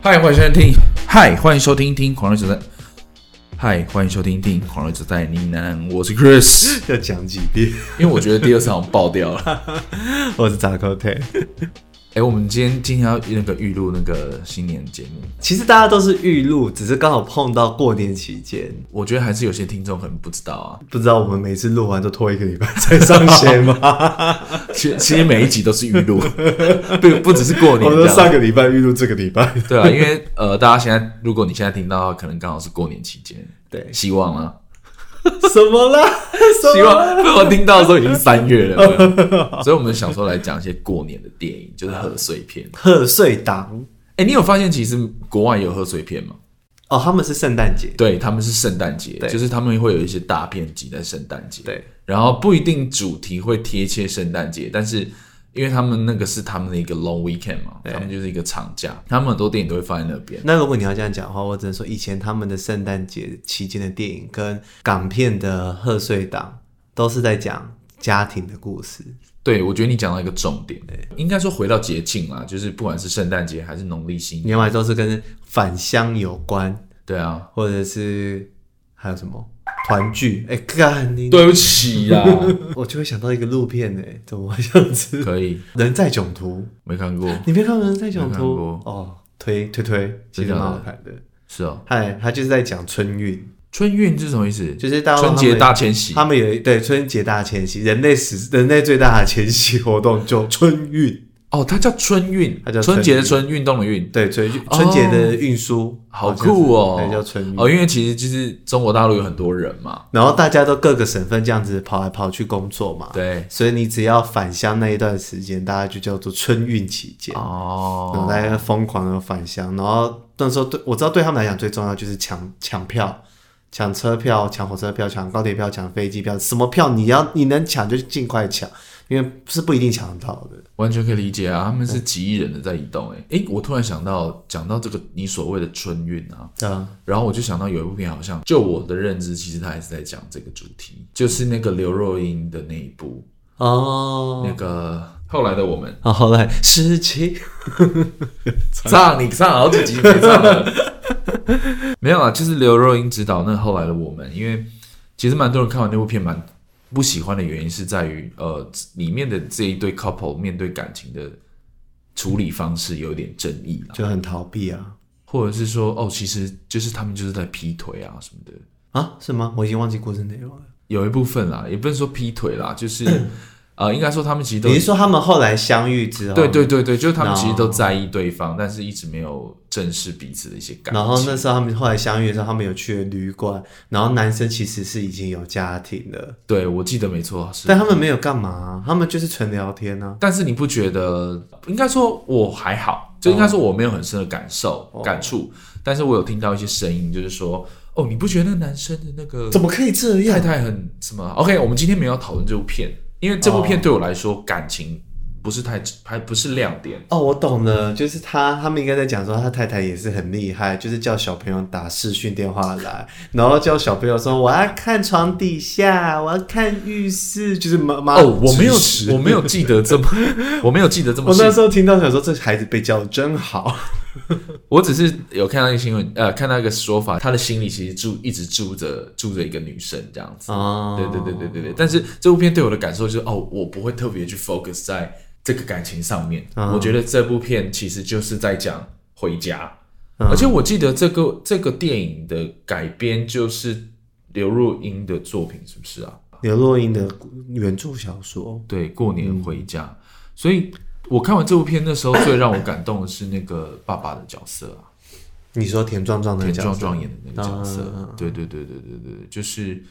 嗨，欢迎收听。嗨，欢迎收听听狂热者在。嗨，欢迎收听听狂热者在呢喃。我是 Chris， 要讲几遍？ 因为我觉得第二次好像爆掉了。 我是扎克泰。 我们今天要那个预录那个新年节目。 其实大家都是预录，只是刚好碰到过年期间。 我觉得还是有些听众可能不知道啊， 不知道我们每次录完都拖1个礼拜才上线吗？ 其实每一集都是预录，不只是过年。 我们上个礼拜预录，这个礼拜。 对啊，因为大家现在，如果你现在听到的话，可能刚好是过年期间。 对， 希望啊。 什么啦？ 希望被我听到的时候已经3月了，所以我们想说来讲一些过年的电影，就是贺岁片。 贺岁档。 你有发现其实国外也有贺岁片吗？ 哦，他们是圣诞节。 对，他们是圣诞节，就是他们会有一些大片挤在圣诞节。 对， 然后不一定主题会贴切圣诞节，但是因为他们那个是他们的一个 long weekend 嘛，他们就是一个长假，他们很多电影都会放在那边。 那如果你要这样讲的话，我只能说以前他们的圣诞节期间的电影跟港片的贺岁档都是在讲家庭的故事。 对，我觉得你讲到一个重点，应该说回到节庆啦，就是不管是圣诞节还是农历新年，都是跟返乡有关。 对啊， 或者是还有什么团聚？干你！ 对不起啦， 我就会想到一个路片怎么会这样子？ 可以， 人在囧途没看过？ 你没看过人在囧途？ 没看过哦，推，其实蛮好看的。 是哦， 他就是在讲春运。 春运是什么意思？ 就是春节大迁徙。 他们有对春节大迁徙，人类最大的迁徙活动就春运。 哦，它叫春运， 它叫春节的春，运动的运。 对，春节的运输， 好酷哦！ 对，叫春运。 因为其实就是中国大陆有很多人嘛， 然后大家都各个省份这样子跑来跑去工作嘛， 对， 所以你只要返乡那一段时间，大家就叫做春运期间哦，然后大家疯狂的返乡，然后那时候我知道对他们来讲最重要就是抢票。抢车票、抢火车票、抢高铁票、抢飞机票，什么票你能抢就尽快抢，因为是不一定抢得到的。 完全可以理解啊，他们是几亿人的在移动我突然想到，讲到这个你所谓的春运啊，然后我就想到有一部片，好像就我的认知，其实他还是在讲这个主题，就是那个刘若英的那一部哦，那个后来的我们， 后来十七， 你唱好几集没唱了。没有啊，就是刘若英执导那后来的我们，因为其实蛮多人看完那部片蛮不喜欢的原因是在于里面的这一对 couple 面对感情的处理方式有点争议啦， 就很逃避啊， 或者是说其实就是他们就是在劈腿啊什么的啊？是吗？我已经忘记故事内容了。 有一部分啦，也不能说劈腿啦，就是应该说他们其实都， 你是说他们后来相遇之后？ 对，就是他们其实都在意对方，但是一直没有正视彼此的一些感情。 然后那时候他们后来相遇的时候，他们有去了旅馆，然后男生其实是已经有家庭了。 对，我记得没错， 但他们没有干嘛，他们就是纯聊天啊。 但是你不觉得？应该说我还好，就应该说我没有很深的感触，但是我有听到一些声音，就是说，你不觉得那个男生的那个怎么可以这样？ 太太很什么 ？OK， 我们今天没有讨论这部片。因为这部片对我来说，感情还不是亮点。 我懂了，就是他们应该在讲说，他太太也是很厉害，就是叫小朋友打视讯电话来，然后叫小朋友说我要看床底下，我要看浴室，就是妈我没有记得这么，我没有记得这么。 我那时候听到想说，这孩子被教得真好。 我只是有看到一个新闻，看到一个说法，他的心里其实一直住着一个女生这样子。对。但是这部片对我的感受就是，我不会特别去 focus 在这个感情上面。我觉得这部片其实就是在讲回家，而且我记得这个电影的改编就是刘若英的作品，是不是啊？ 刘若英的原著小说， 对，过年回家，所以。我看完这部片那时候最让我感动的是那个爸爸的角色啊， 你说田壮壮演的那个角色，对，就是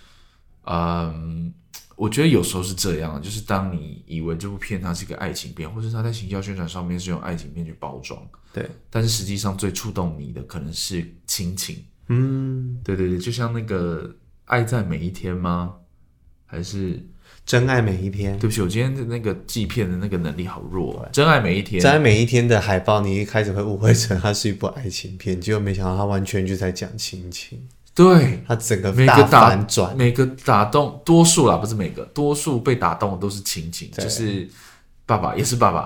我觉得有时候是这样，就是当你以为这部片它是一个爱情片，或者它在行销宣传上面是用爱情片去包装， 对， 但是实际上最触动你的可能是亲情，对，就像那个《爱在每一天》吗？还是？ 真爱每一天。 对不起，我今天的那个记片的那个能力好弱。真爱每一天， 真爱每一天的海报，你一开始会误会成它是一部爱情片，结果没想到它完全就在讲亲情。 对， 它整个大反转， 每个打动，多数啦，不是每个，多数被打动的都是亲情，就是爸爸也是爸爸，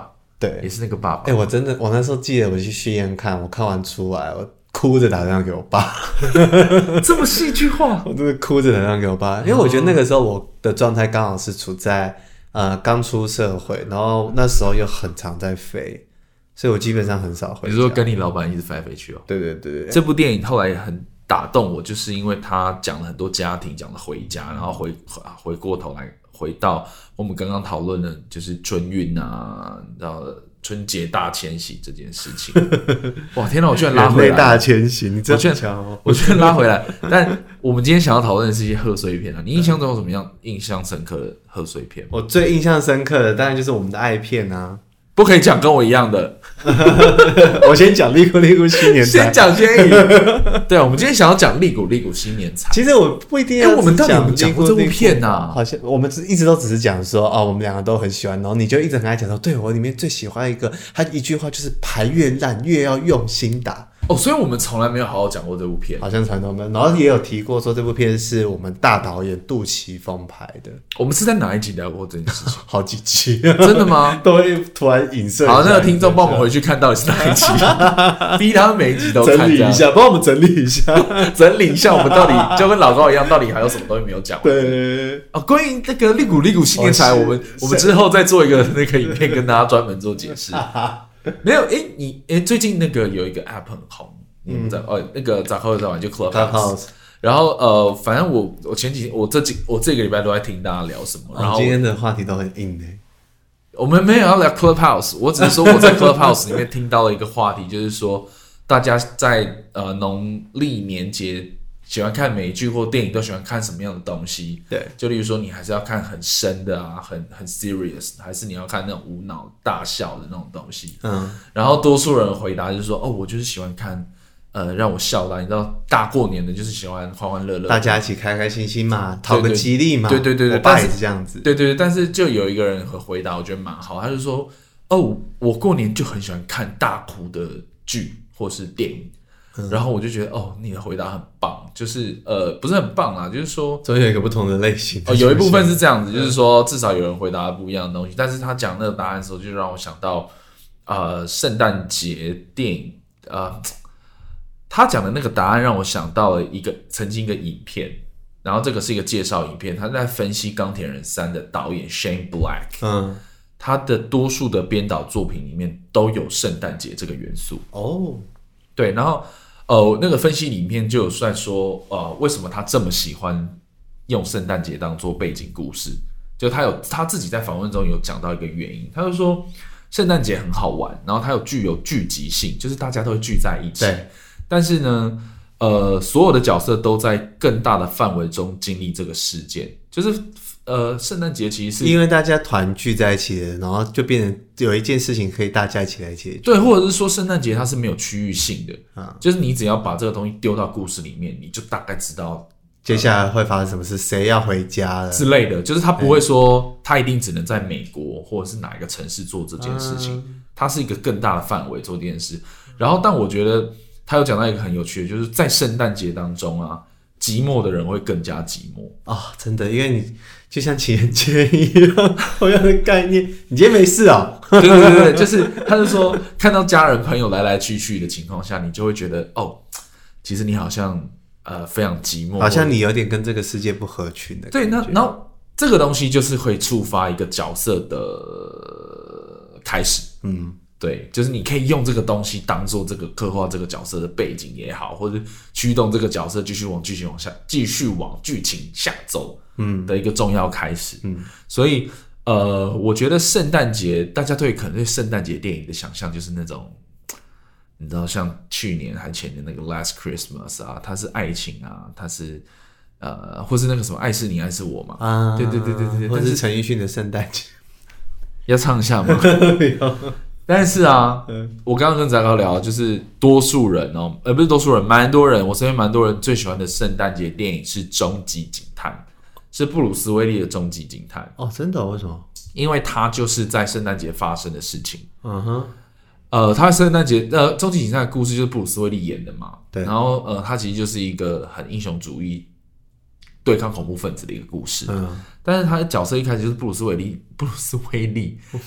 对， 也是那个爸爸。 我真的，我那时候记得我去戏院看，我看完出来，我哭着打电话给我爸， 这么戏剧化， 我真的哭着打电话给我爸，因为我觉得那个时候我的状态刚好是处在刚出社会，然后那时候又很常在飞，所以我基本上很少回家。 你说跟你老板一直飞来飞去哦？ 对对对对。 这部电影后来也很打动我，就是因为他讲了很多家庭，讲了回家，然后回过头来回到我们刚刚讨论的，就是春运啊，你知道春节大迁徙这件事情。哇，天哪！我居然拉回来了！人类大迁徙，你真强哦！ 我居然拉回来。但我们今天想要讨论的是一些贺岁片啊，你印象中有什么样印象深刻的贺岁片？ 我最印象深刻的当然就是我们的爱片啊。 不可以讲跟我一样的， 我先讲利古利古新年财， 先讲先赢。对，我们今天想要讲利古新年财。 其实我不一定要我们到底有没有讲过这部片啊？ 好像我们一直都只是讲说我们两个都很喜欢，然后你就一直很爱讲说，对我里面最喜欢一个，他一句话就是牌越烂越要用心打。 所以我们从来没有好好讲过这部片， 好像从来都没有。然后也有提过说这部片是我们大导演杜琪峰拍的。 我们是在哪一集聊过这件事情？ 好几集， 真的吗？ 都会突然影射。 好，那个听众帮我们回去看到底是哪一集，逼他们每一集都看， 整理一下，帮我们整理一下， 整理一下我们到底就跟老高一样，到底还有什么东西没有讲？ 对关于那个利古新年财，我们之后再做一个那个影片跟大家专门做解释。没有，你最近那个有一个 app 很红，你们在那个杂货在玩就 Clubhouse， 然后反正我前几天我这个礼拜都在听大家聊什么，然后今天的话题都很硬的。 我们没有要聊 Clubhouse， 我只是说我在 Clubhouse 里面听到了一个话题，就是说大家在农历年节喜欢看美剧或电影，都喜欢看什么样的东西？ 对， 就例如说，你还是要看很深的啊，很 serious， 还是你要看那种无脑大笑的那种东西？然后多数人回答就是说，我就是喜欢看让我笑的，你知道，大过年的就是喜欢欢欢乐乐， 大家一起开开心心嘛，讨个吉利嘛。 对， 我爸也是这样子。 对，但是就有一个人回答，我觉得蛮好，他就说，我过年就很喜欢看大哭的剧或是电影。然后我就觉得你的回答很棒，就是不是很棒啦，就是说总有一个不同的类型有一部分是这样子，就是说至少有人回答不一样的东西，但是他讲那个答案的时候，就让我想到圣诞节电影他讲的那个答案让我想到了曾经一个影片，然后这个是一个介绍影片，他在分析《钢铁人3》的导演 Shane Black，他的多数的编导作品里面都有圣诞节这个元素对，然后那个分析里面就有算说为什么他这么喜欢用圣诞节当做背景故事，就他自己在访问中有讲到一个原因，他就说圣诞节很好玩，然后它具有聚集性，就是大家都会聚在一起， 对， 但是呢所有的角色都在更大的范围中经历这个事件，就是圣诞节其实是因为大家团聚在一起的，然后就变成有一件事情可以大家一起来解决。 对，或者是说圣诞节它是没有区域性的，就是你只要把这个东西丢到故事里面，你就大概知道接下来会发生什么事，谁要回家了之类的，就是他不会说他一定只能在美国或者是哪一个城市做这件事情，它是一个更大的范围做这件事。然后但我觉得他有讲到一个很有趣的，就是在圣诞节当中啊，寂寞的人会更加寂寞真的，因为你就像情人节一样同样的概念，你今天没事对，就是他就说看到家人朋友来来去去的情况下，你就会觉得其实你好像非常寂寞， 好像你有点跟这个世界不合群的感觉。 对，然后这个东西就是会触发一个角色的开始，对，就是你可以用这个东西当做这个刻画这个角色的背景也好，或者驱动这个角色继续往剧情下走的一个重要开始。所以我觉得圣诞节大家可能对圣诞节电影的想象就是那种，你知道像去年还前年那个 Last Christmas 啊，它是爱情啊，它是或是那个什么爱是你爱是我嘛，对， 或是陈奕迅的圣诞节要唱一下吗？但是我刚刚跟杂高聊，就是多数人不是多数人，蛮多人，我身边蛮多人最喜欢的圣诞节电影是《终极警探》，是布鲁斯威利的《终极警探》。 真的？为什么？ 因为他就是在圣诞节发生的事情。他圣诞节终极警探的故事就是布鲁斯威利演的嘛。 对。 然后他其实就是一个很英雄主义对抗恐怖分子的一个故事。但是他的角色一开始就是布鲁斯威利。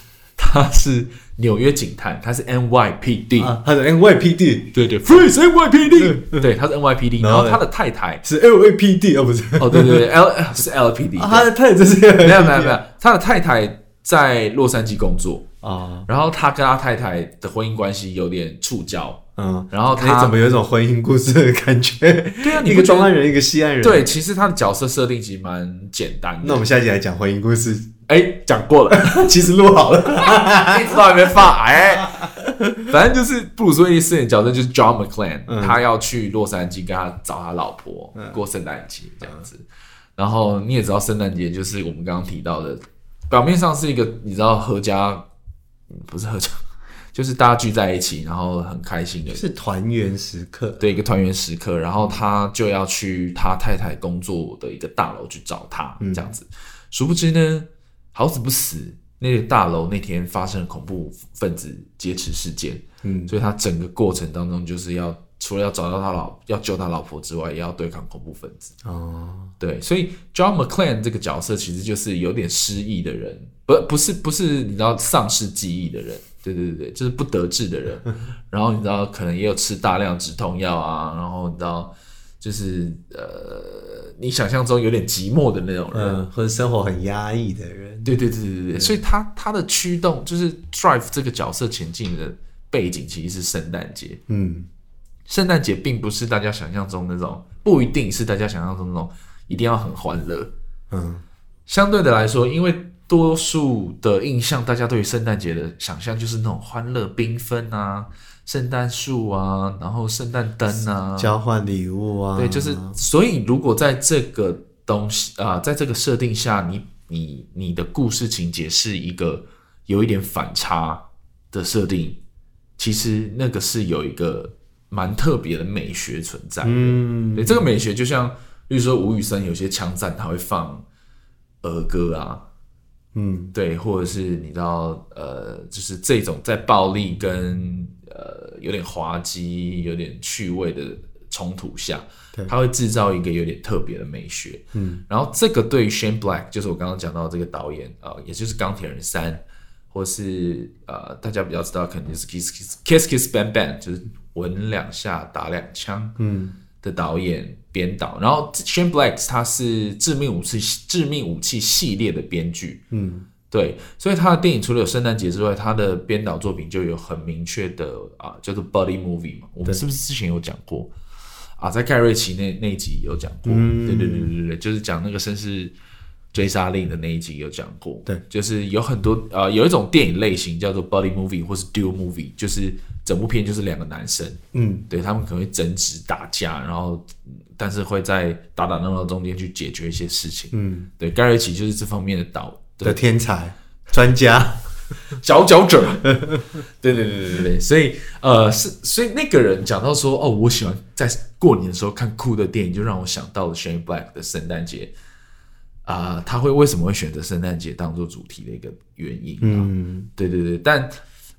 他是纽约警探，他是 NYPD， 他是 NYPD， 对对 ，Freeze NYPD， 对，他是 NYPD， 然后他的太太是 LAPD， 不是， 对对对是 LPD， 他的太太是没有，他的太太在洛杉矶工作然后他跟他太太的婚姻关系有点触礁。然后他怎么有一种婚姻故事的感觉？ 对啊， 一个东岸人，一个西岸人。 对，其实他的角色设定其实蛮简单的。 那我们下一集来讲婚姻故事。 讲过了， 其实录好了， 一直都还没发。反正就是布鲁斯威利饰演的角色就是 John McClane，他要去洛杉矶跟他找他老婆过圣诞节这样子。然后你也知道，圣诞节就是我们刚刚提到的，表面上是一个你知道合家，不是合家。就是大家聚在一起，然后很开心的， 是团圆时刻， 对，一个团圆时刻。然后他就要去他太太工作的一个大楼去找他，这样子。殊不知呢，好死不死，那个大楼那天发生了恐怖分子劫持事件，所以他整个过程当中就是除了要找到要救他老婆之外，也要对抗恐怖分子。对，所以 John McClane 这个角色其实就是有点失忆的人，不是你知道丧失记忆的人。对，就是不得志的人，然后你知道可能也有吃大量止痛药啊，然后你知道就是你想象中有点寂寞的那种人， 或者生活很压抑的人。 对，所以他的驱动就是 drive 这个角色前进的背景其实是圣诞节。圣诞节并不是大家想象中那种，不一定是大家想象中那种一定要很欢乐。相对的来说，因为多数的印象，大家对于圣诞节的想象就是那种欢乐缤纷啊，圣诞树啊，然后圣诞灯啊， 交换礼物啊， 对，就是所以如果在这个东西在这个设定下，你的故事情节是一个有一点反差的设定，其实那个是有一个蛮特别的美学存在的。对，这个美学就像，例如说吴宇森有些枪战他会放儿歌啊。对，或者是你知道，就是这种在暴力跟有点滑稽、有点趣味的冲突下，它会制造一个有点特别的美学。然后这个对于 Shane Black， 就是我刚刚讲到这个导演也就是钢铁人3，或是大家比较知道可能就是 Kiss Kiss Bang Bang， 就是吻2下打2枪的导演编导。然后 Shane Black 他是致命武器系列的编剧。对，所以他的电影除了有圣诞节之外，他的编导作品就有很明确的叫做 Buddy Movie 嘛。我们是不是之前有讲过在盖瑞奇那一集有讲过。对，就是讲那个绅士追杀令的那一集有讲过。 对， 就是有很多有一种电影类型叫做 Buddy Movie 或是 Duo Movie， 就是整部片就是2个男生，对，他们可能会争执打架，然后但是会在打闹闹中间去解决一些事情。对，盖瑞奇就是这方面的天才专家佼佼者。对，所以那个人讲到说我喜欢在过年的时候看酷的电影，就让我想到了 Shane Black 的圣诞节。他为什么会选择圣诞节当做主题的一个原因。对，但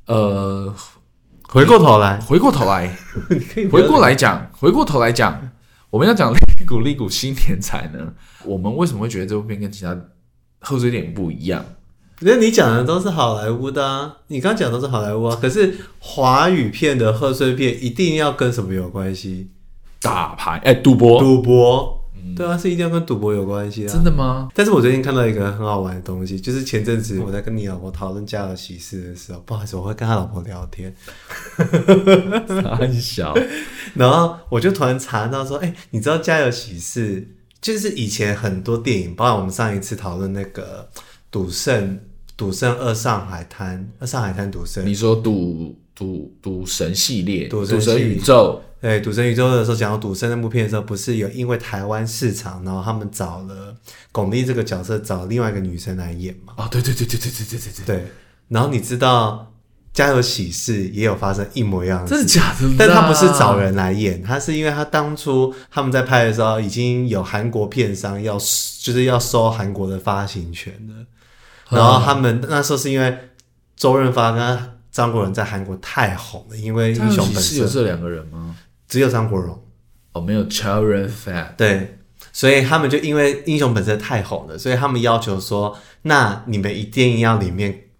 回过头来讲，我们要讲利古新年彩呢，我们为什么会觉得这部片跟其他贺岁电影不一样？ 因为你讲的都是好莱坞的你刚讲的都是好莱坞可是华语片的贺岁片一定要跟什么有关系？ 打牌，赌博。 对啊，是一定要跟赌博有关系真的吗？ 但是我最近看到一个很好玩的东西，就是前阵子我在跟你老婆讨论家有喜事的时候，不好意思，我会跟他老婆聊天， 很小， 然后我就突然查到说，你知道家有喜事就是以前很多电影，包括我们上一次讨论那个赌圣2上海滩赌圣， 你说赌神系列， 赌神宇宙。 对，赌神宇宙的时候讲到赌圣那部片的时候，不是有因为台湾市场，然后他们找了巩俐这个角色，找另外一个女生来演嘛？ 对。 对，然后你知道家有喜事也有发生一模一样的事， 真的假的？ 但他不是找人来演，他是因为他当初他们在拍的时候已经有韩国片商就是要收韩国的发行权的，然后他们那时候是因为周润发跟张国荣在韩国太红了，因为英雄本色。 有这2个人吗？ 只有张国荣没有 Chow 对，所以他们就因为英雄本色太红了，所以他们要求说，那你们一定要里面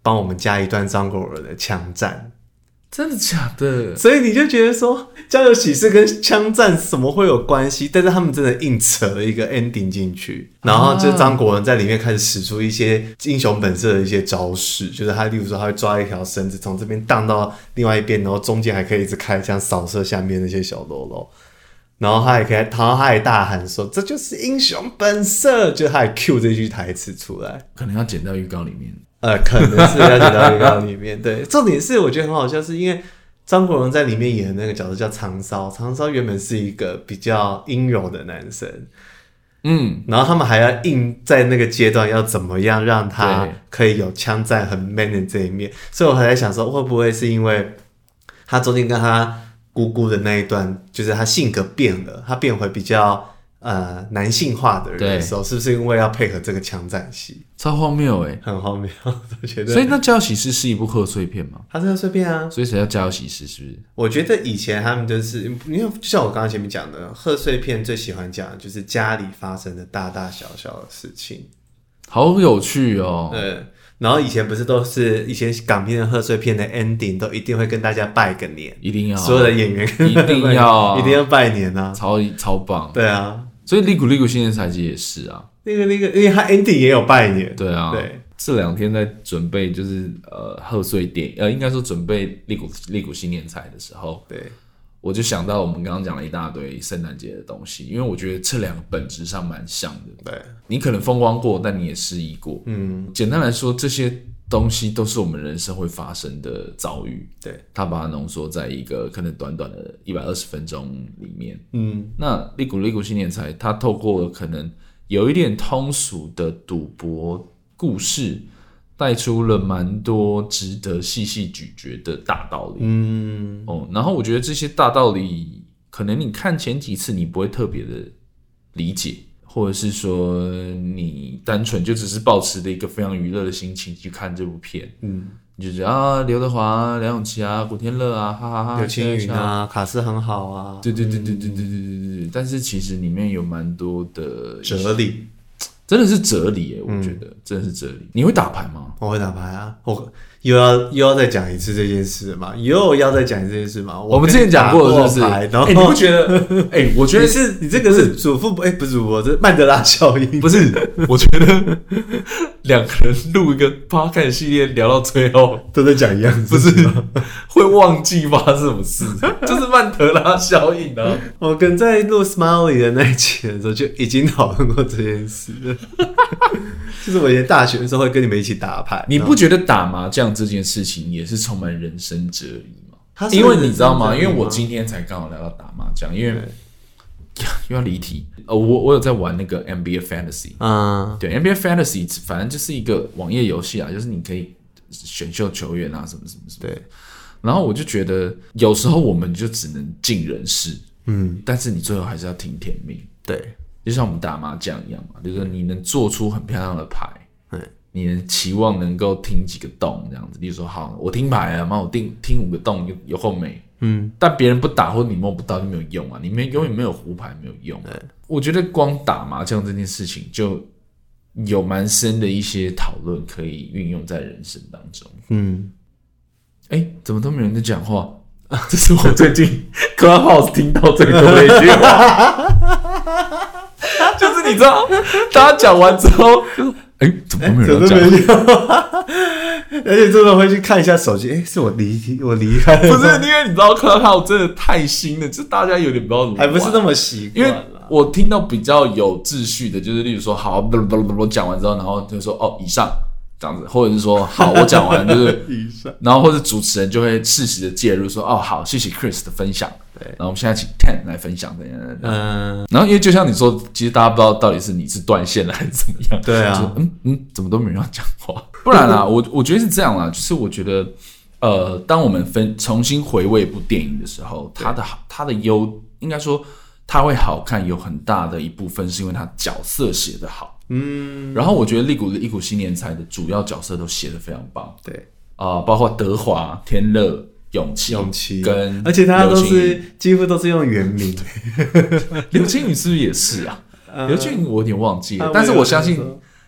帮我们加一段张国荣的枪战。 真的假的？ 所以你就觉得说，家有喜事跟枪战什么会有关系？但是他们真的硬扯了一个 ending 进去，然后就张国荣在里面开始使出一些英雄本色的一些招式，就是他例如说他会抓一条绳子从这边荡到另外一边，然后中间还可以一直开枪扫射下面那些小喽啰，然后他还大喊说这就是英雄本色，就他还 cue 这句台词出来， 可能要剪到预告里面。 可能是要剪到预告里面。对，重点是我觉得很好笑，是因为张国荣在里面演的那个角色叫长骚，长骚原本是一个比较阴柔的男生，然后他们还要硬在那个阶段要怎么样让他可以有枪战很 man 的这一面，所以我还在想说，会不会是因为他中间跟他姑姑的那一段，就是他性格变了，他变回比较男性化的人的时候，是不是因为要配合这个枪战戏？ 超荒谬很荒谬，我觉得。 所以那《家有喜事》是一部贺岁片吗？ 它是贺岁片啊， 所以谁叫《家有喜事》？是不是？我觉得以前他们就是因为就像我刚刚前面讲的，贺岁片最喜欢讲的就是家里发生的大大小小的事情， 好有趣哦。 对。然后以前不是都是以前港片的贺岁片的 ending 都一定会跟大家拜个年， 一定要所有的演员一定要拜年啊， 超棒。 对啊， 所以《利古利古新年财季》也是啊， 那个，因为他 ending 也有拜年。 对啊， 对。 这2天在准备就是贺岁电影，应该说准备利古新年财的时候， 对， 我就想到我们刚刚讲了一大堆圣诞节的东西，因为我觉得这两个本质上蛮像的。 对， 你可能风光过，但你也失意过。简单来说，这些东西都是我们人生会发生的遭遇。 对， 他把它浓缩在一个可能短短的120分钟里面。那利古新年财，它透过可能有一点通俗的赌博故事，带出了蛮多值得细细咀嚼的大道理。然后我觉得这些大道理，可能你看前几次你不会特别的理解，或者是说你单纯就只是抱持的一个非常娱乐的心情去看这部片。你就觉得刘德华、梁咏琪啊、古天乐啊，哈哈哈， 刘青云啊，卡斯很好啊。 对。但是其实里面有蛮多的哲理。 真的是哲理耶，我觉得真的是哲理。你会打牌吗？ 我会打牌啊，我又要再讲一次这件事吗？又要再讲一次这件事吗？ 我们之前讲过了，是不是？你不觉得？我觉得你这个是祖父不是祖父，这是曼德拉效应。 不是，我觉得两个人录一个 podcast 系列，聊到最后都在讲一样， 不是会忘记发生什么事，就是曼德拉效应啊。 我跟在录 Smiley 的那一期的时候就已经讨论过这件事了。就是我以前大学的时候会跟你们一起打牌， 你不觉得打麻将这件事情也是充满人生哲理吗？因为你知道吗？因为我今天才刚好聊到打麻将，因为又要离题。我有在玩那个 NBA Fantasy，对 NBA Fantasy， 反正就是一个网页游戏啊，就是你可以选秀球员啊，什么。 对。 然后我就觉得有时候我们就只能尽人事，但是你最后还是要听天命。 对。 就像我们打麻将一样嘛，就是你能做出很漂亮的牌，你能期望能够听几个洞这样子。例如说，好，我听牌啊，我听5个洞有后没，但别人不打或者你摸不到就没有用啊，你永远没有胡牌没有用。我觉得光打麻将这件事情就有蛮深的一些讨论可以运用在人生当中。怎么都没有人在讲话？这是我最近 Clubhouse 听到最多的一句话。就是你知道，大家讲完之后，怎么都没有人讲？ 而且真的会去看一下手机，是我离开了。 不是，因为你知道 Clubhouse 真的太新了，就大家有点不知道怎么玩， 还不是那么习惯。 因为我听到比较有秩序的，就是例如说，好，讲完之后，然后就说以上。这样子，或者是说好，我讲完就是，然后或者主持人就会适时的介入说，好，谢谢 Chris 的分享，对，然后我们现在请 Ten 来分享，然后因为就像你说，其实大家不知道到底是你是断线了还是怎么样， 对啊， 怎么都没人要讲话，不然啦，我觉得是这样啦，就是我觉得，当我们重新回味一部电影的时候，它的应该说它会好看，有很大的一部分是因为它角色写得好。然后我觉得利古新年财的主要角色都写得非常棒， 对包括德华、天乐、永琪跟， 而且他都是几乎都是用原名。 刘青云是不是也是啊？刘青云我有点忘记了，但是我相信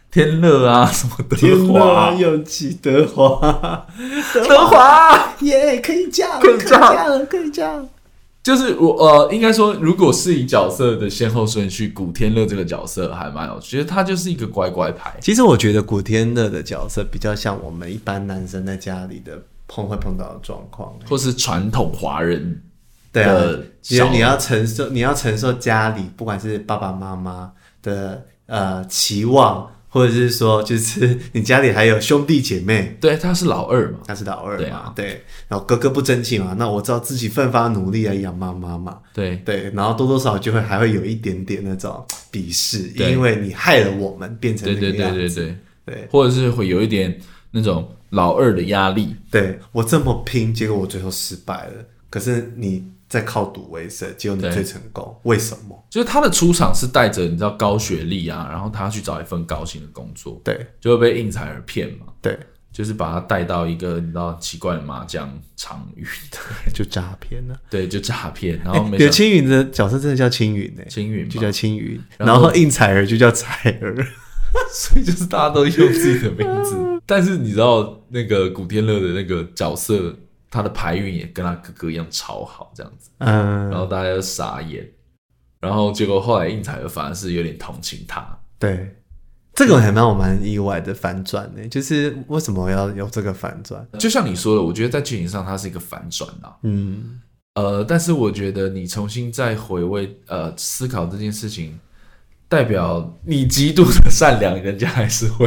天乐啊，什么德华， 勇气德华， 德华耶，可以嫁了，可以嫁了。 就是应该说，如果是以角色的先后顺序，古天乐这个角色还蛮有趣的，他就是一个乖乖牌。 其实我觉得古天乐的角色比较像我们一般男生在家里的会碰到的状况， 或是传统华人对啊， 因为你要承受家里不管是爸爸妈妈的期望。或者是说，就是你家里还有兄弟姐妹， 对，他是老二嘛， 对啊，对，然后哥哥不争气嘛，那我知道自己奋发努力来养妈妈嘛， 对， 然后多多少少就还会有一点点那种鄙视，因为你害了我们变成那个样子，对， 或者是会有一点那种老二的压力， 对我这么拼，结果我最后失败了，可是你在靠赌为生，结果你最成功，为什么？ 就是他的出场是带着你知道高学历啊，然后他去找一份高薪的工作， 对， 就会被应采儿骗嘛， 对， 就是把他带到一个你知道奇怪的麻将场域， 就诈骗了， 对，就诈骗，然后有青云的角色真的叫青云青云就叫青云，然后应采儿就叫采儿， 所以就是大家都用自己的名字，但是你知道那个古天乐的那个角色。他的牌运也跟他哥哥一样超好，这样子，然后大家就傻眼，然后结果后来应采儿反而是有点同情他， 对，这个还蛮意外的反转呢，就是为什么要有这个反转？ 就像你说的，我觉得在剧情上它是一个反转啊，但是我觉得你重新再回味思考这件事情。代表你极度的善良，人家还是会，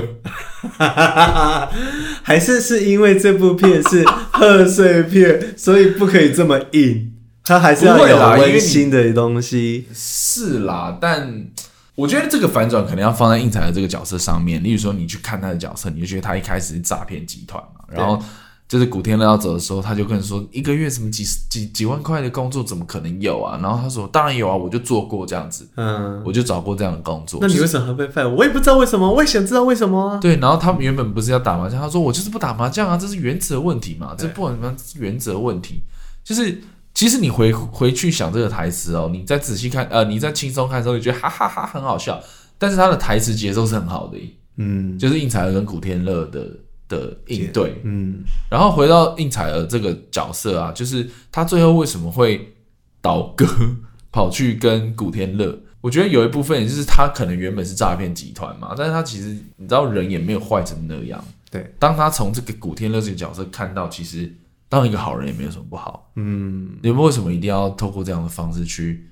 还是因为这部片是贺岁片，所以不可以这么硬，它还是要有温馨的东西。 是啦，但我觉得这个反转可能要放在应采儿这个角色上面。例如说，你去看他的角色，你就觉得他一开始是诈骗集团嘛，然后。就是古天乐要走的时候，他就跟人说一个月什么几万块的工作怎么可能有啊？然后他说当然有啊，我就做过这样子，我就找过这样的工作。 那你为什么会被 fire？ 我也不知道为什么，我也想知道为什么啊。 对，然后他们原本不是要打麻将，他说我就是不打麻将啊，这是原则问题嘛，这不管什么原则问题。就是其实你回去想这个台词哦，你再仔细看，你再轻松看的时候，你觉得哈哈哈很好笑，但是他的台词节奏是很好的，就是应采儿跟古天乐的应对，然后回到应采儿这个角色啊，就是他最后为什么会倒戈跑去跟古天乐？我觉得有一部分也就是他可能原本是诈骗集团嘛，但是他其实你知道人也没有坏成那样。 对， 当他从这个古天乐这个角色看到，其实当一个好人也没有什么不好。你们为什么一定要透过这样的方式去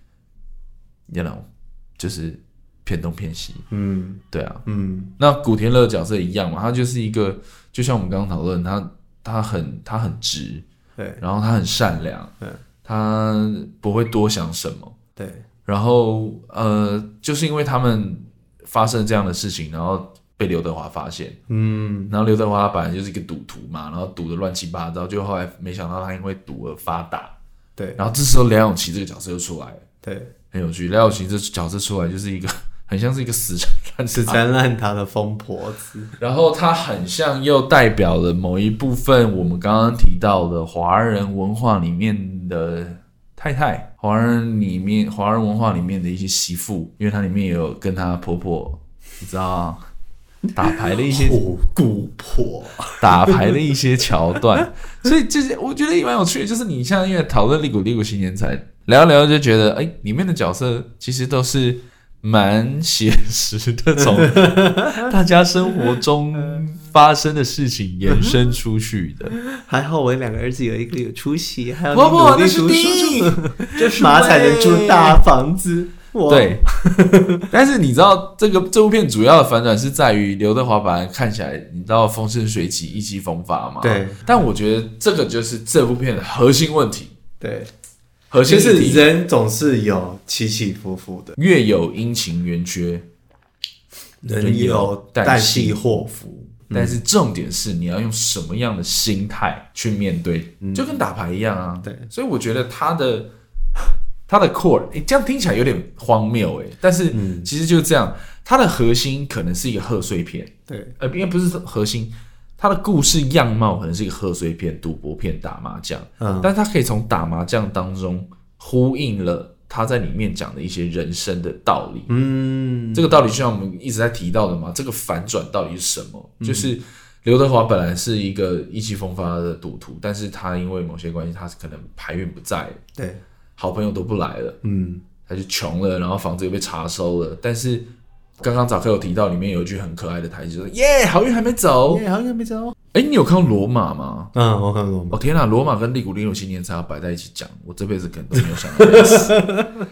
就是骗东骗西？对啊，那古天乐的角色一样嘛，他就是一个。就像我们刚刚讨论，他很直，对，然后他很善良，对，他不会多想什么， 对， 然后就是因为他们发生这样的事情，然后被刘德华发现，然后刘德华本来就是一个赌徒嘛，然后赌得乱七八糟，就后来没想到他因为赌而发达， 对， 然后这时候梁咏琪这个角色就出来了， 对， 很有趣，梁咏琪这角色出来就是一个。很像是一个死缠烂打的疯婆子， 然后他很像又代表了某一部分我们刚刚提到的华人文化里面的太太，华人文化里面的一些媳妇，因为它里面也有跟她婆婆，你知道打牌的一些姑婆打牌的一些桥段，所以就是我觉得也蛮有趣的，就是你像因为讨论利古新年才聊一聊就觉得，里面的角色其实都是。蛮写实的，从大家生活中发生的事情延伸出去的。 还好我两个儿子有一个有出息，还有不， 努力读书，妈才能住大房子。 对，但是你知道这部片主要的反转是在于刘德华本来看起来你知道风生水起、意气风发嘛？ 对， 但我觉得这个就是这部片的核心问题。 对。 就是人总是有起起伏伏的， 月有阴晴圆缺， 人有旦夕祸福。 但是重点是你要用什么样的心态去面对，就跟打牌一样啊。 对， 所以我觉得他的 core， 这样听起来有点荒谬但是其实就是这样，它的核心可能是一个贺岁片， 对， 应该不是核心。他的故事样貌可能是一个贺岁片、赌博片、打麻将，但他可以从打麻将当中呼应了他在里面讲的一些人生的道理。这个道理就像我们一直在提到的嘛，这个反转到底是什么？就是刘德华本来是一个意气风发的赌徒，但是他因为某些关系，他可能牌运不在了， 对， 好朋友都不来了，他就穷了，然后房子又被查收了。但是刚刚早课有提到，里面有一句很可爱的台词，就是耶，好运还没走， 耶，好运还没走。 你有看到罗马吗？ 我看到罗马。 天哪，罗马跟利古利鲁新年才要摆在一起讲，我这辈子可能都没有想到这件事。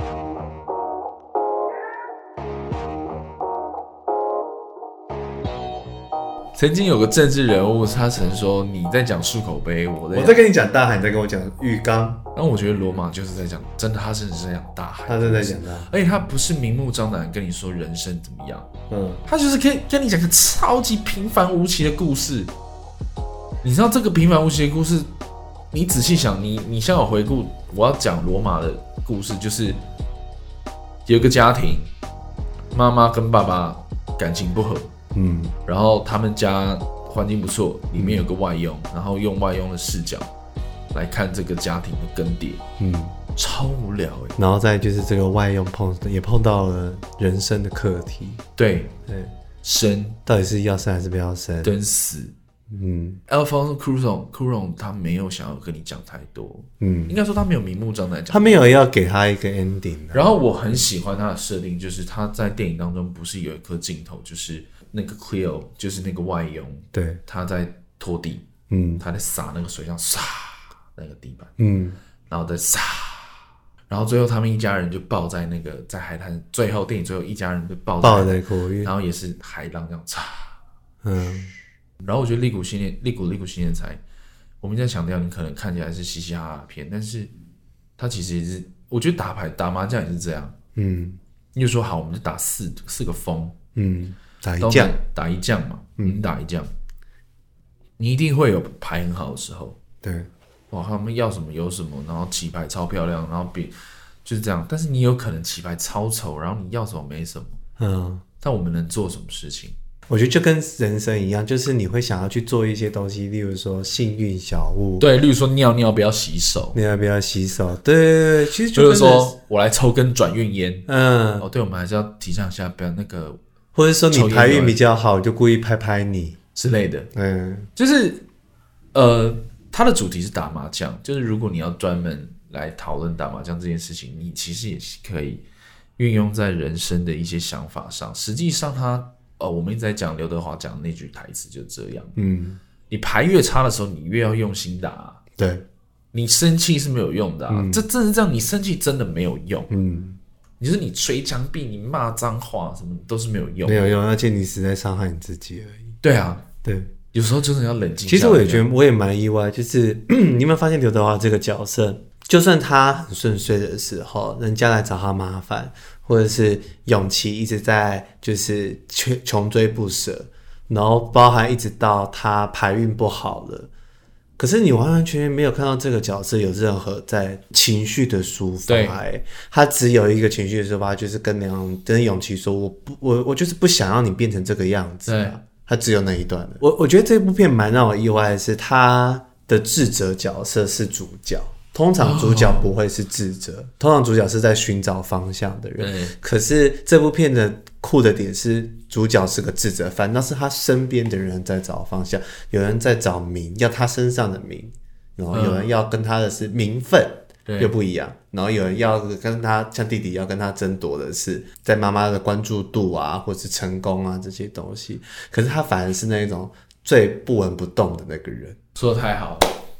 曾经有个政治人物，他曾说：“你在讲漱口杯，我在跟你讲大海，你在跟我讲浴缸。” 然后我觉得罗马就是在讲，真的，他甚至是在讲大海， 他正在讲大海， 而且他不是明目张胆跟你说人生怎么样，他就是可以跟你讲个超级平凡无奇的故事。你知道这个平凡无奇的故事，你仔细想，你像我回顾，我要讲罗马的故事，就是有一个家庭，妈妈跟爸爸感情不合。然后他们家环境不错，里面有个外佣，然后用外佣的视角来看这个家庭的更迭，超无聊然后再就是这个外佣也碰到了人生的课题， 对，生到底是要生还是不要生， 跟死。Alfonso Cuarón 他没有想要跟你讲太多，应该说他没有明目张胆讲， 他没有要给他一个 ending。 然后我很喜欢他的设定，就是他在电影当中不是有一颗镜头，就是那个 Cleo， 就是那个外佣， 对， 他在拖地，他在洒那个水，像洒那个地板，然后再洒，然后最后他们一家人就抱在那个在海滩，电影最后一家人就抱在国浴，然后也是海浪这样擦，然后我觉得利古新年才，我们在强调你可能看起来是嘻嘻哈哈片，但是他其实也是，我觉得打麻将也是这样，你就说好，我们就打四个疯，打一将嘛，打一将，你一定会有牌很好的时候， 对， 哇，他们要什么有什么，然后棋牌超漂亮，然后就是这样，但是你有可能棋牌超丑，然后你要什么没什么，但我们能做什么事情？ 我觉得就跟人生一样，就是你会想要去做一些东西，例如说幸运小物， 对，例如说尿不要洗手， 对，其实就是说我来抽根转运烟，对，我们还是要提倡一下，不要那个， 或者说你牌运比较好，就故意拍你之类的，就是它的主题是打麻将，就是如果你要专门来讨论打麻将这件事情，你其实也是可以运用在人生的一些想法上。实际上我们一直在讲刘德华讲的那句台词就是这样，你牌越差的时候，你越要用心打， 对， 你生气是没有用的，这真是这样，你生气真的没有用，你说你捶墙壁，你骂脏话什么都是没有用， 而且你是在伤害你自己而已。 对啊， 对， 有时候真的要冷静。 其实我也觉得，我也蛮意外，就是你有没有发现刘德华这个角色，就算他很顺遂的时候，人家来找他麻烦，或者是永琪一直在就是穷追不舍，然后包含一直到他牌运不好了，可是你完完全全没有看到这个角色有任何在情绪的抒发，他只有一个情绪的抒发，就是跟永琪说，我就是不想让你变成这个样子啊，他只有那一段的。我觉得这部片蛮让我意外的是，他的智者角色是主角。通常主角不会是智者，通常主角是在寻找方向的人。可是这部片的酷的点是，主角是个智者，反倒是他身边的人在找方向，有人在找名，要他身上的名，然后有人要跟他的是名分，又不一样，然后有人要跟他，像弟弟要跟他争夺的是在妈妈的关注度啊，或是成功啊这些东西。可是他反而是那种最不闻不动的那个人。 说得太好了。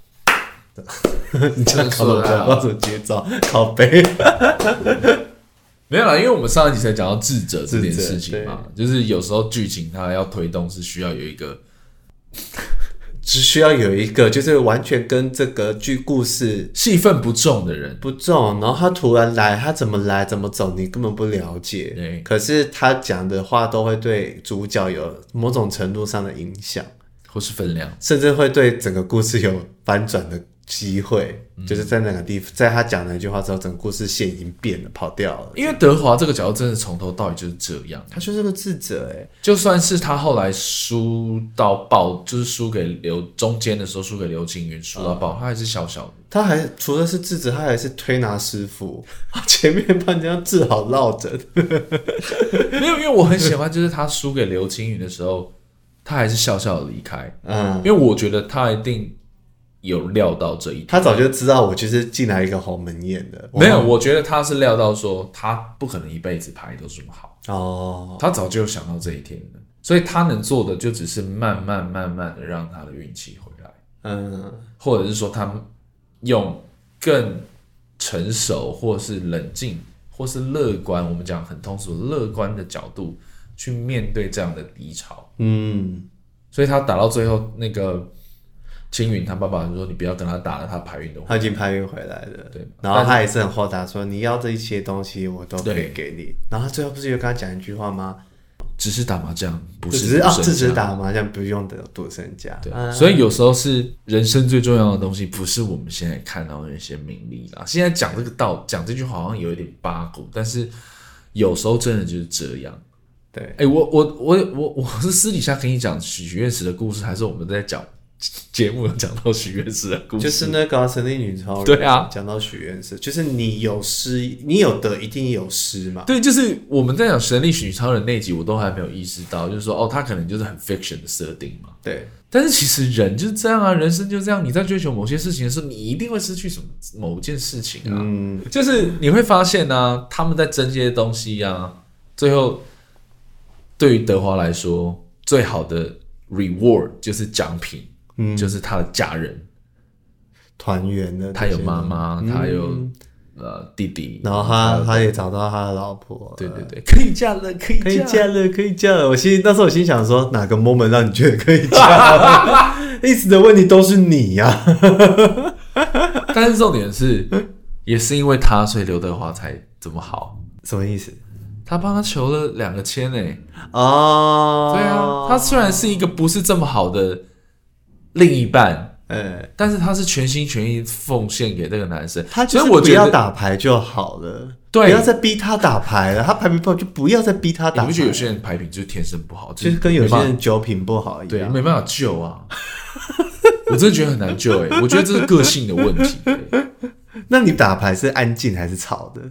你这样考我什么节奏？靠背没有啦，因为我们上一集才讲到智者这件事情嘛，就是有时候剧情它要推动是需要有一个， 只需要有一个就是完全跟这个故事戏份不重的人， 不重，然后他突然来，他怎么来怎么走，你根本不了解。 对， 可是他讲的话都会对主角有某种程度上的影响。 或是分量， 甚至会对整个故事有反转的机会，就是在那个地方，在他讲那句话之后，整个故事线已经变了，跑掉了。 因为德华这个角色真的从头到尾就是这样， 他就是个智者就算是他后来输到爆，就是输给中间的时候输给刘青云，输到爆，他还是小小的。 他还除了是智者，他还是推拿师傅，前面帮人家治好落枕。 没有，因为我很喜欢，就是他输给刘青云的时候，他还是笑笑的离开。因为我觉得他一定有料到这一点， 他早就知道我就是进来一个鸿门宴的。 没有，我觉得他是料到说他不可能一辈子牌都这么好他早就有想到这一天了，所以他能做的就只是慢慢的让他的运气回来，或者是说他用更成熟或是冷静或是乐观，我们讲很通俗乐观的角度去面对这样的低潮，所以他打到最后那个青云他爸爸就说你不要跟他打了，他牌运都他已经牌运回来了， 对， 然后他也是很豁达说你要这一些东西我都可以给你，然后他最后不是有跟他讲一句话吗？ 只是打麻将，不是只是打麻将，不用得赌身家。 对，所以有时候是人生最重要的东西，不是我们现在看到的那些名利啦。现在讲这句话好像有一点八股，但是有时候真的就是这样。对，我是私底下跟你讲许愿池的故事，还是我们在讲节目有讲到许愿池的故事？就是那个神力女超人， 对啊， 讲到许愿池，就是你有失，你有得一定有失嘛。 对，就是我们在讲神力女超人那集，我都还没有意识到，就是说他可能就是很 fiction 的设定嘛。 对， 但是其实人就是这样啊，人生就这样。你在追求某些事情的时候，你一定会失去某件事情啊。就是你会发现啊，他们在争这些东西啊，最后对于德华来说，最好的 reward 就是奖品。就是他的家人团圆的， 他有妈妈，他有弟弟， 然后他也找到他的老婆， 对，可以嫁了，可以嫁了。那时候我心想说，哪个 moment 让你觉得可以嫁了？一直的问题都是你呀。 但是重点是，也是因为他，所以刘德华才这么好。 什么意思？ 他帮他求了2个签对啊， 他虽然是一个不是这么好的另一半，但是他是全心全意奉献给这个男生， 他就是不要打牌就好了，对，不要再逼他打牌了。他牌品不好就不要再逼他打牌。 你不觉得有些人牌品就是天生不好， 就是跟有些人酒品不好一样， 对，没办法救啊。我真的觉得很难救我觉得这是个性的问题。 那你打牌是安静还是吵的？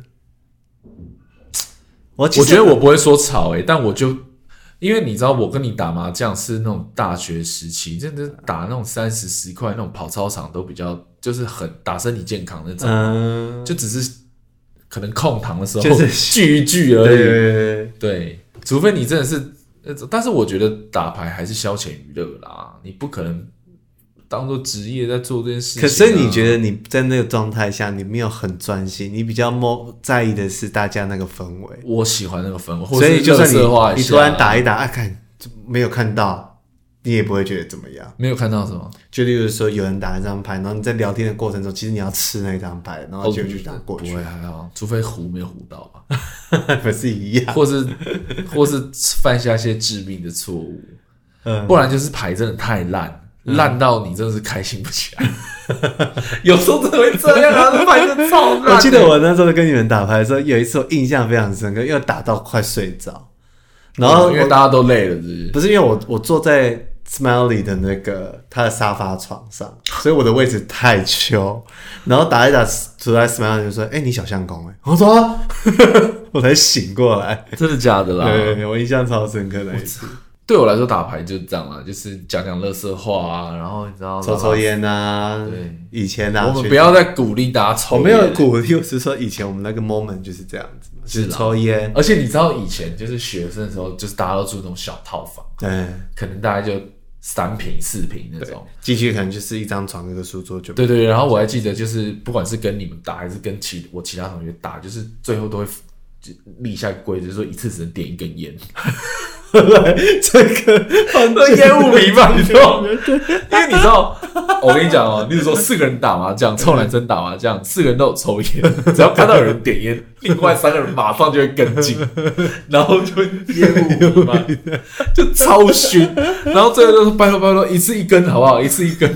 我觉得我不会说吵但我就。因为你知道我跟你打麻将是那种大学时期，真的打那种30-10块那种跑操场都比较就是很打身体健康那种，就只是可能空堂的时候就是聚一聚而已，对，除非你真的是，但是我觉得打牌还是消遣娱乐啦，你不可能当做职业在做这件事情。 可是你觉得你在那个状态下，你没有很专心，你比较在意的是大家那个氛围。 我喜欢那个氛围， 所以就算你突然打一打，看没有看到，你也不会觉得怎么样。 没有看到什么？ 就例如说有人打一张牌，然后你在聊天的过程中，其实你要吃那张牌，然后就去打过去。 不会还好，除非胡没有胡到吧， 不是一样， 或是犯下一些致命的错误，不然就是牌真的太烂到你真的是开心不起来。有时候真的会这样啊，这牌真的超烂。 我记得我那时候跟你们打牌的时候，有一次我印象非常深刻，因为打到快睡着，然后因为大家都累了， 不是因为我坐在 Smiley 的那个他的沙发床上，所以我的位置太秋，然后打一打，出来 Smiley 就说：“你小相公我说啊，我才醒过来， 真的假的啦？ 对，我印象超深刻那一次。 对我来说，打牌就是这样啦，就是讲垃圾话啊，然后你知道抽烟啊，对，以前啊， 我们不要再鼓励大家抽烟， 我没有鼓励，我是说以前我们那个 moment 就是这样子，就是抽烟， 而且你知道以前就是学生的时候，就是大家都住那种小套房，对，可能大概就3坪4坪那种， 进去可能就是一张床一个书桌就对，然后我还记得就是不管是跟你们打还是跟我其他同学打，就是最后都会立下规则，就是说一次只能点1根烟。 这个很多烟雾弥漫，你知道吗？因为你知道，我跟你讲哦，例如说4个人打麻将，臭男生打麻将，4个人都有抽烟，只要看到有人点烟，另外3个人马上就会跟进，然后就烟雾弥漫，就超熏，然后最后就说拜托，一次1根好不好？一次1根。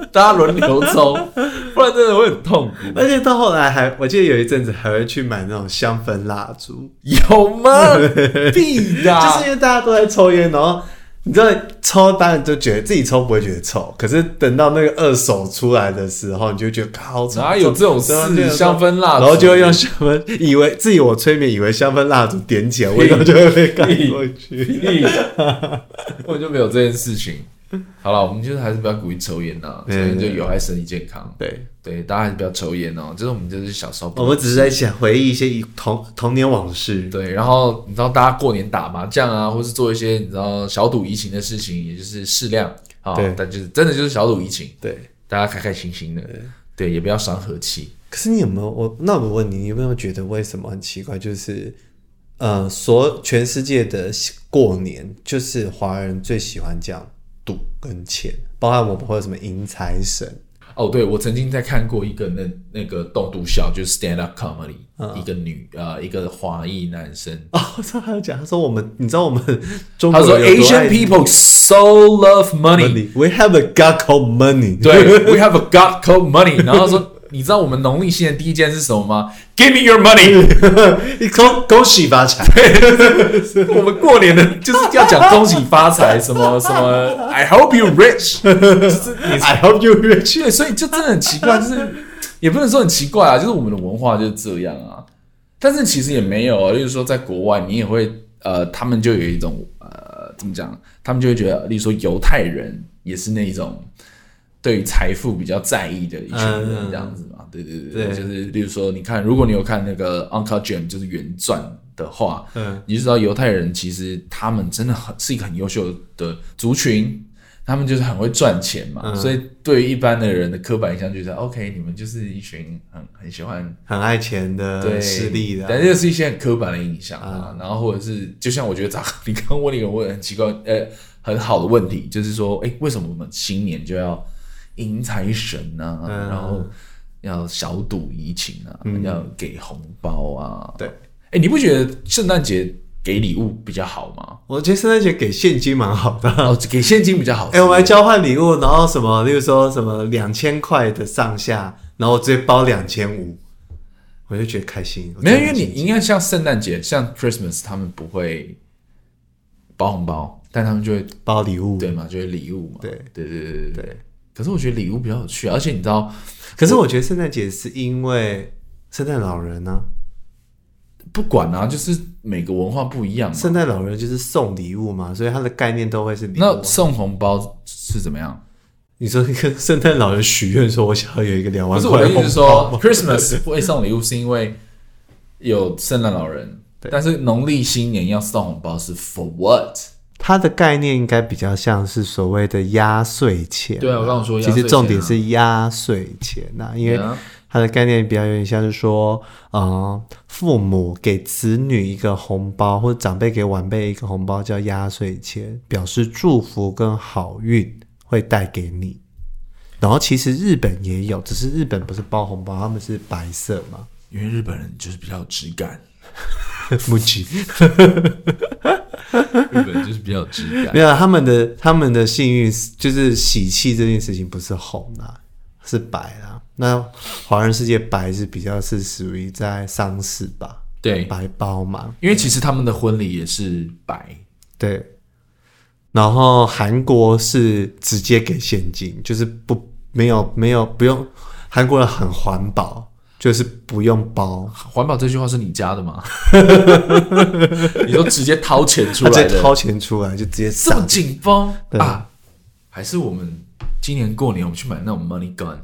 大家轮流抽，不然真的会很痛苦。 而且到后来我记得有一阵子还会去买那种香氛蜡烛， 有吗？必的， 就是因为大家都在抽烟，然后你知道抽当然就觉得自己抽不会觉得臭，可是等到那个二手出来的时候，你就觉得好臭， 哪有这种事？香氛蜡烛， 然后就会用香氛，以为自己我催眠，以为香氛蜡烛点起来味道就会被盖过去， 根本就没有这件事情。好了，我们就是还是不要鼓励抽烟呐，抽烟就有害身体健康。对，大家还是不要抽烟哦。就是我们就是小时候， 我们只是在想回忆一些童年往事。 对，然后你知道，大家过年打麻将啊，或是做一些你知道小赌怡情的事情，也就是适量啊。但就是真的就是小赌怡情。对，大家开开心心的。对，也不要伤和气。 可是你有没有那我问你，你有没有觉得为什么很奇怪？就是全世界的过年，就是华人最喜欢这样。赌跟钱，包含我们会有什么迎财神哦？对，我曾经在看过一个那个栋笃笑，就是 stand up comedy，一个华裔男生哦，他有讲，他说你知道我们中国他说 Asian people so love money. We have a god called money. 对 ，We have a god called money. 然后他说。你知道我们农历新年第一件是什么吗 ？Give me your money， 恭喜发财。 我们过年的就是要讲恭喜发财，什么什么 I hope you rich， I hope you rich。 对，所以就真的很奇怪，就是也不能说很奇怪啊，就是我们的文化就是这样啊。但是其实也没有啊，例如说在国外，你也会他们就有一种怎么讲？他们就会觉得，例如说犹太人也是那一种。对于财富比较在意的一群人，这样子嘛，对，就是例如说，你看，如果你有看那个 Uncle Jim 就是原传的话，你就知道犹太人其实他们真的是一个很优秀的族群，他们就是很会赚钱嘛，所以对于一般的人的刻板印象就是 OK， 你们就是一群很喜欢很爱钱的势力的， 但这是一些很刻板的印象啊，然后或者是就像我觉得你刚刚问了一个很奇怪很好的问题，就是说，为什么我们新年就要迎财神啊，然后要小赌怡情啊，要给红包啊。对，你不觉得圣诞节给礼物比较好吗？ 我觉得圣诞节给现金蛮好的。 哦，给现金比较好。 我们来交换礼物，然后什么，例如说什么2000块的上下，然后我直接包2500，我就觉得开心。 没有，因为你应该像圣诞节，像 Christmas， 他们不会包红包，但他们就会包礼物， 对嘛？就会礼物嘛。对。可是我觉得礼物比较有趣，而且你知道， 可是我觉得圣诞节是因为圣诞老人啊， 不管啊，就是每个文化不一样嘛。 圣诞老人就是送礼物嘛，所以他的概念都会是礼物。 那送红包是怎么样？ 你说跟圣诞老人许愿说，我想要有一个2万块红包。 不是，我的意思是说，Christmas 会送礼物是因为有圣诞老人，但是农历新年要送红包是 for what？ 它的概念应该比较像是所谓的压岁钱。 对啊，我刚刚说压岁钱， 其实重点是压岁钱啊，因为它的概念比较有点像是说，父母给子女一个红包，或者长辈给晚辈一个红包叫压岁钱，表示祝福跟好运会带给你。然后其实日本也有，只是日本不是包红包，他们是白色嘛， 因为日本人就是比较有质感。 不急， 日本就是比较有质感。 没有，他们的幸运就是喜气这件事情不是红啦，是白啦。那华人世界白是比较是属于在丧事吧？对，白包嘛。 因为其实他们的婚礼也是白。 对。然后韩国是直接给现金，就是不用，韩国人很环保。就是不用包， 环保这句话是你加的吗？你说直接掏钱出来的， 直接掏钱出来就直接这么紧绷啊？还是我们今年过年我们去买那种 money gun，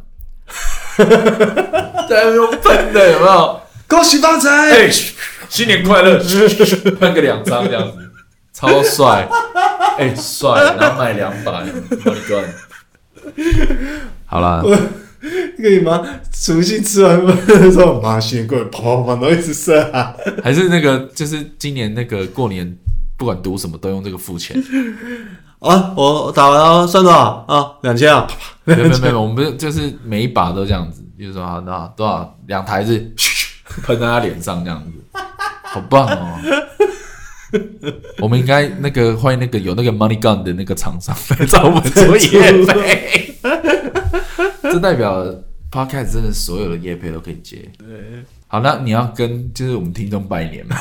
在用喷的有没有？ 恭喜发财！ 新年快乐！喷个2张这样子，超帅！帅！然后买2把 money gun。好啦。 跟你妈除夕吃完饭的时候，妈新年过年跑跑都一直射啊！ 还是那个，就是今年那个过年，不管赌什么都用这个付钱啊！我打完了，算多少啊？2000啊！ 没有，我们就是每一把都这样子，比如说多少2台子喷在他脸上这样子，好棒哦！我们应该那个欢迎那个有那个 money gun 的那个厂商来找我们做业配。 这代表 Podcast 真的所有的业配都可以接。 对， 好，那你要跟就是我们听众拜年嘛？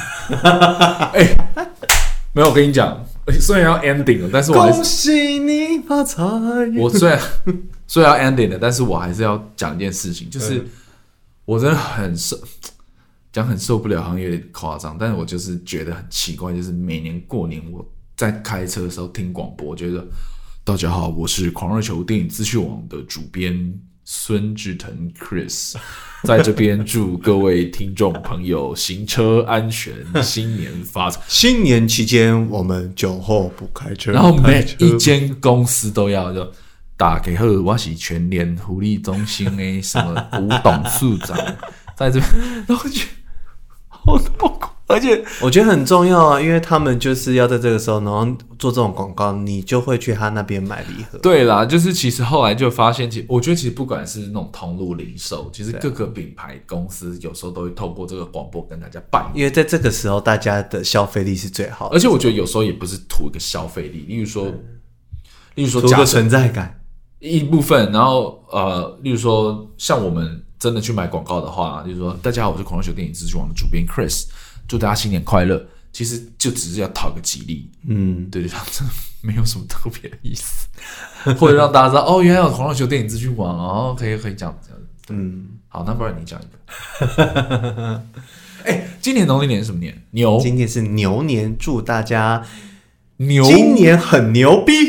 没有，我跟你讲，虽然要 ending 了，但是我还是恭喜你发财。 我虽然要 ending 了，但是我还是要讲一件事情，就是我真的很受不了，好像有点夸张，但是我就是觉得很奇怪，就是每年过年我在开车的时候听广播，我觉得大家好，我是狂热球电影资讯网的主编孙志腾 Chris， 在这边祝各位听众朋友行车安全，新年发财。 新年期间我们酒后不开车， 然后每一间公司都要就打给好，我是全联福利中心的什么吴董事长，在这边，然后觉得好痛苦，而且我觉得很重要啊，因为他们就是要在这个时候，然后做这种广告，你就会去他那边买礼盒。 对啦，就是其实后来就发现，我觉得其实不管是那种通路零售，其实各个品牌公司有时候都会透过这个广播跟大家拜年， 因为在这个时候大家的消费力是最好的， 而且我觉得有时候也不是图一个消费力，例如说图个存在感一部分，然后例如说像我们真的去买广告的话，就是说大家好，我是狂热球电影资讯网的主编 Chris， 祝大家新年快乐。其实就只是要讨个吉利，对，真的没有什么特别的意思，或者让大家知道哦，原来有狂热球电影资讯网哦，可以讲这样，好，那不然你讲一个。今年农历年是什么年？牛。 今年是牛年，祝大家今年很牛逼。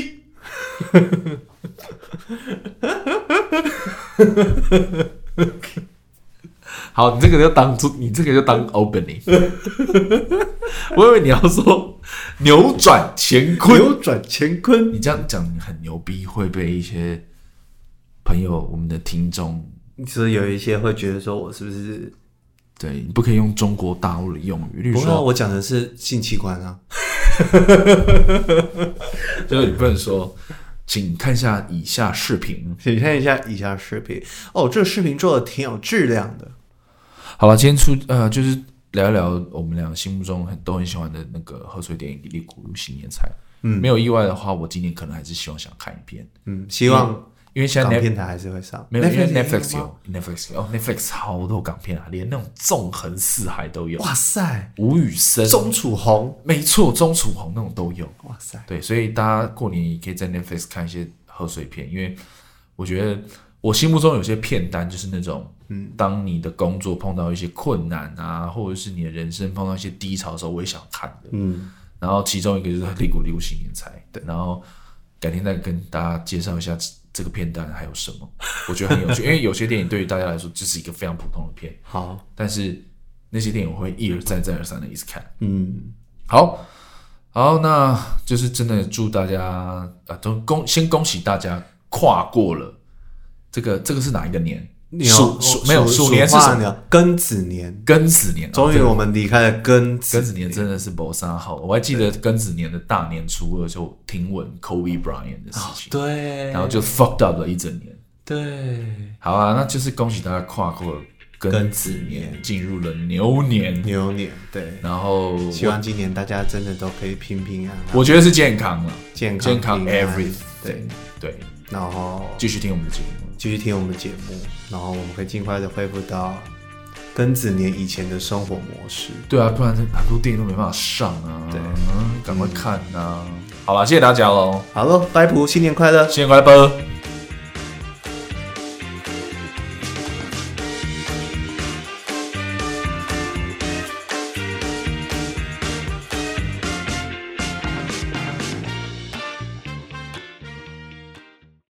好，你这个就当 opening。我以为你要说扭转乾坤， 扭转乾坤。 你这样讲很牛逼，会被一些朋友、我们的听众， 就是有一些会觉得说我是不是？ 对，你不可以用中国大陆的用语，例如说， 我讲的是性器官啊。 就是你不能说。请看一下以下视频。 请看一下以下视频。哦，这个视频做的挺有质量的。 好了，今天就是聊一聊我们两个心目中都很喜欢的那个贺岁电影《一粒咕噜新年菜》。没有意外的话，我今年可能还是想看一遍。 希望因为现在港片台还是会上。 没有，因为 Netflix 有 Netflix 好多港片啊，连那种纵横四海都有。 哇塞， 吴宇森、 钟楚红， 没错，钟楚红那种都有。 哇塞， 对，所以大家过年也可以在 Netflix 看一些贺岁片，因为我觉得我心目中有些片单就是那种，当你的工作碰到一些困难啊，或者是你的人生碰到一些低潮的时候，我也想看的。然后其中一个就是《利古利古新年菜》，对，然后改天再跟大家介绍一下这个片单还有什么，我觉得很有趣，因为有些电影对于大家来说就是一个非常普通的片， 好，但是那些电影我会一而再再而三的一直看。好，那就是真的祝大家先恭喜大家跨过了这个是哪一个年？ 没有鼠年是什么？ 庚子年。终于我们离开了庚子年，真的是没啥好。我还记得庚子年的大年初二就听闻 Kobe Bryant 的事情， 对， 然后就 fucked up 了一整年。 对， 好啊，那就是恭喜大家跨过了庚子年，进入了牛年。 对， 然后希望今年大家真的都可以平平安安。 我觉得是健康了， 健康 everything。对， 然后继续听我们的节目，然后我们可以尽快的恢复到庚子年以前的生活模式。 对啊，不然很多电影都没办法上啊。对，赶快看啊！好了，谢谢大家喽。 好了，拜拜，新年快乐， 新年快乐。